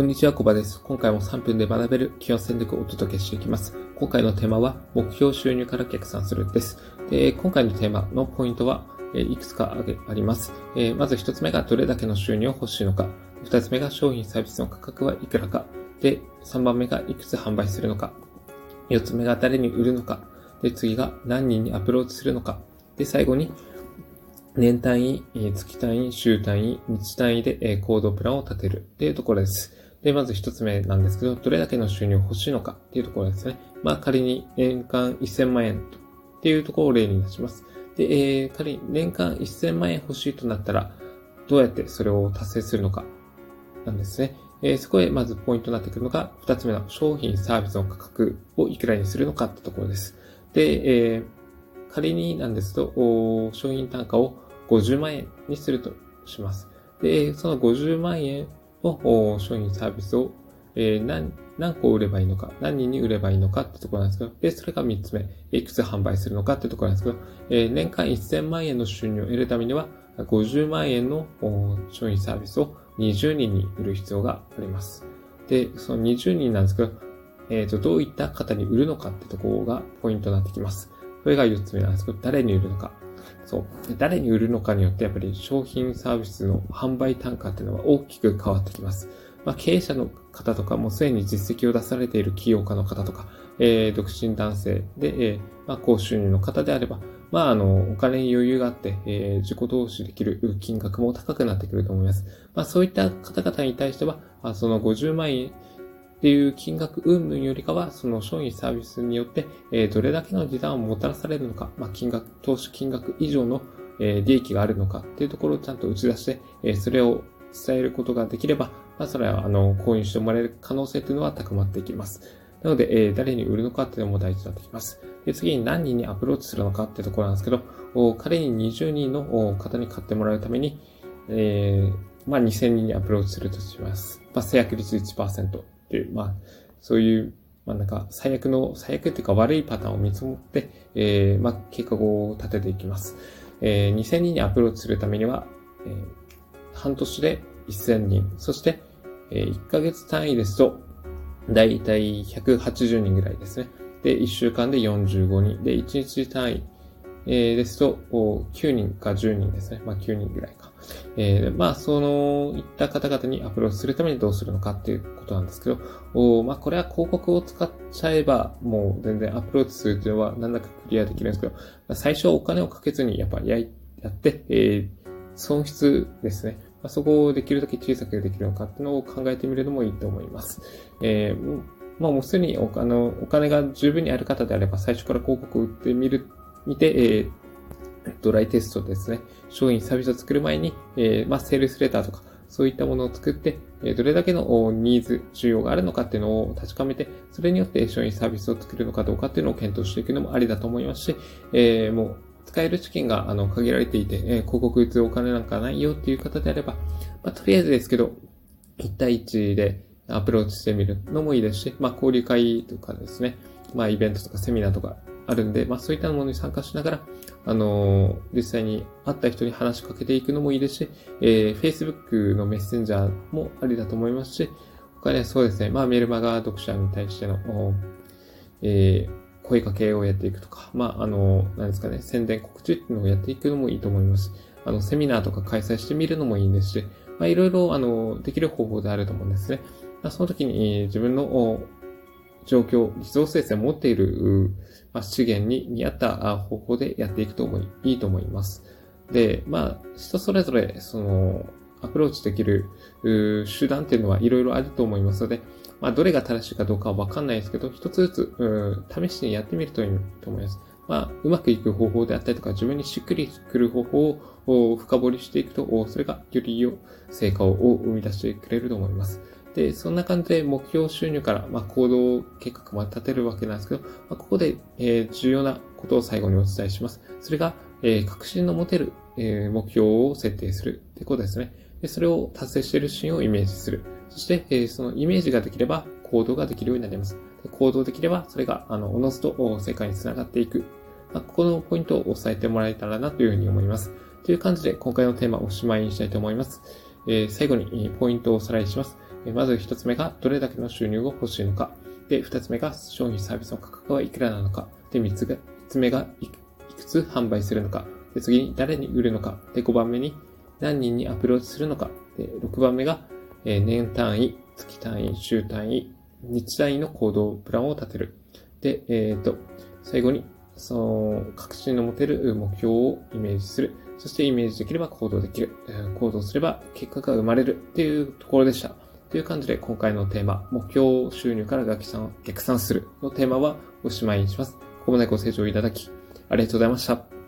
にちは、コバです。今回も3分で学べる企業戦略をお届けしていきます。今回のテーマは、目標収入から逆算するです。今回のテーマのポイントはいくつかあります。まず1つ目がどれだけの収入を欲しいのか。2つ目が商品サービスの価格はいくらか。で、3番目がいくつ販売するのか。4つ目が誰に売るのか。で、次が何人にアプローチするのか。で、最後に、年単位、月単位、週単位、日単位で行動プランを立てるっていうところです。で、まず一つ目なんですけど、どれだけの収入を欲しいのかっていうところですね。仮に年間1000万円っていうところを例に出します。で、仮に年間1000万円欲しいとなったら、どうやってそれを達成するのかなんですね。そこへまずポイントになってくるのが、二つ目の商品サービスの価格をいくらにするのかってところです。で、仮になんですと、商品単価を50万円にするとします。で、その50万円を商品サービスを何個売ればいいのか、何人に売ればいいのかってところなんですけど、で、それが3つ目、いくつ販売するのかってところなんですけど、年間1000万円の収入を得るためには、50万円の商品サービスを20人に売る必要があります。で、その20人なんですけど、どういった方に売るのかってところがポイントになってきます。これが4つ目なんですけど、誰に売るのか。そう。誰に売るのかによって、やっぱり商品サービスの販売単価っていうのは大きく変わってきます。経営者の方とか、もうすでに実績を出されている起業家の方とか、独身男性で、高収入の方であれば、お金に余裕があって、自己投資できる金額も高くなってくると思います。そういった方々に対しては、その50万円っていう金額云々よりかは、その商品サービスによって、どれだけの時短をもたらされるのか、投資金額以上の、利益があるのかっていうところをちゃんと打ち出して、それを伝えることができれば、それは、購入してもらえる可能性というのは高まっていきます。なので、誰に売るのかっていうのも大事になってきます。で、次に何人にアプローチするのかっていうところなんですけど、仮に20人の方に買ってもらうために、2000人にアプローチするとします。制約率 1%っていう、そういう、最悪っていうか悪いパターンを見積もって、計画を立てていきます。2000人にアプローチするためには、半年で1000人、そして、1ヶ月単位ですと、だいたい180人ぐらいですね。で、1週間で45人。で、1日単位、ですと、9人か10人ですね。9人ぐらいか。そいった方々にアプローチするためにどうするのかっていうことなんですけど、これは広告を使っちゃえば、もう全然アプローチするというのは何だかクリアできるんですけど、最初はお金をかけずにやっぱりやって、損失ですね。そこをできるだけ小さくできるのかっていうのを考えてみるのもいいと思います。もうすでにお金が十分にある方であれば、最初から広告を売って見て、ドライテストですね。商品サービスを作る前に、セールスレターとか、そういったものを作って、どれだけのニーズ、需要があるのかっていうのを確かめて、それによって商品サービスを作るのかどうかっていうのを検討していくのもありだと思いますし、もう使える資金が限られていて、広告打つお金なんかないよっていう方であれば、とりあえずですけど、1対1でアプローチしてみるのもいいですし、交流会とかですね、イベントとかセミナーとかあるんで、そういったものに参加しながら、実際に会った人に話しかけていくのもいいですし、Facebook のメッセンジャーもありだと思いますし、他にはそうですね、メルマガ読者に対しての、声かけをやっていくとか、何ですかね、宣伝告知っていうのをやっていくのもいいと思います。セミナーとか開催してみるのもいいんですし、いろいろ、できる方法であると思うんですね。その時に自分の状況、リソースですね、持っている資源に見合った方法でやっていくといいと思います。で、人それぞれ、アプローチできる手段っていうのはいろいろあると思いますので、どれが正しいかどうかはわかんないですけど、一つずつ、試しにやってみるといいと思います。うまくいく方法であったりとか、自分にしっくりくる方法を深掘りしていくと、それがより成果を生み出してくれると思います。で、そんな感じで目標収入から、行動計画まで立てるわけなんですけど、ここで、重要なことを最後にお伝えします。それが、確信の持てる、目標を設定するってことですね。で、それを達成しているシーンをイメージする。そして、そのイメージができれば行動ができるようになります。で、行動できれば、それが、おのずと世界につながっていく。ここのポイントを押さえてもらえたらなというふうに思います。という感じで、今回のテーマをおしまいにしたいと思います。最後にポイントをおさらいします。 まず1つ目がどれだけの収入を欲しいのか。で、2つ目が商品サービスの価格はいくらなのか。で、3つ目がいくつ販売するのか。で、次に誰に売るのか。で、5番目に何人にアプローチするのか。で、6番目が年単位、月単位、週単位、日単位の行動プランを立てる。で、最後に、確信の持てる目標をイメージする。そしてイメージできれば行動できる。行動すれば結果が生まれるっていうところでした。という感じで今回のテーマ、目標収入から逆算するのテーマはおしまいにします。ここまでご清聴いただきありがとうございました。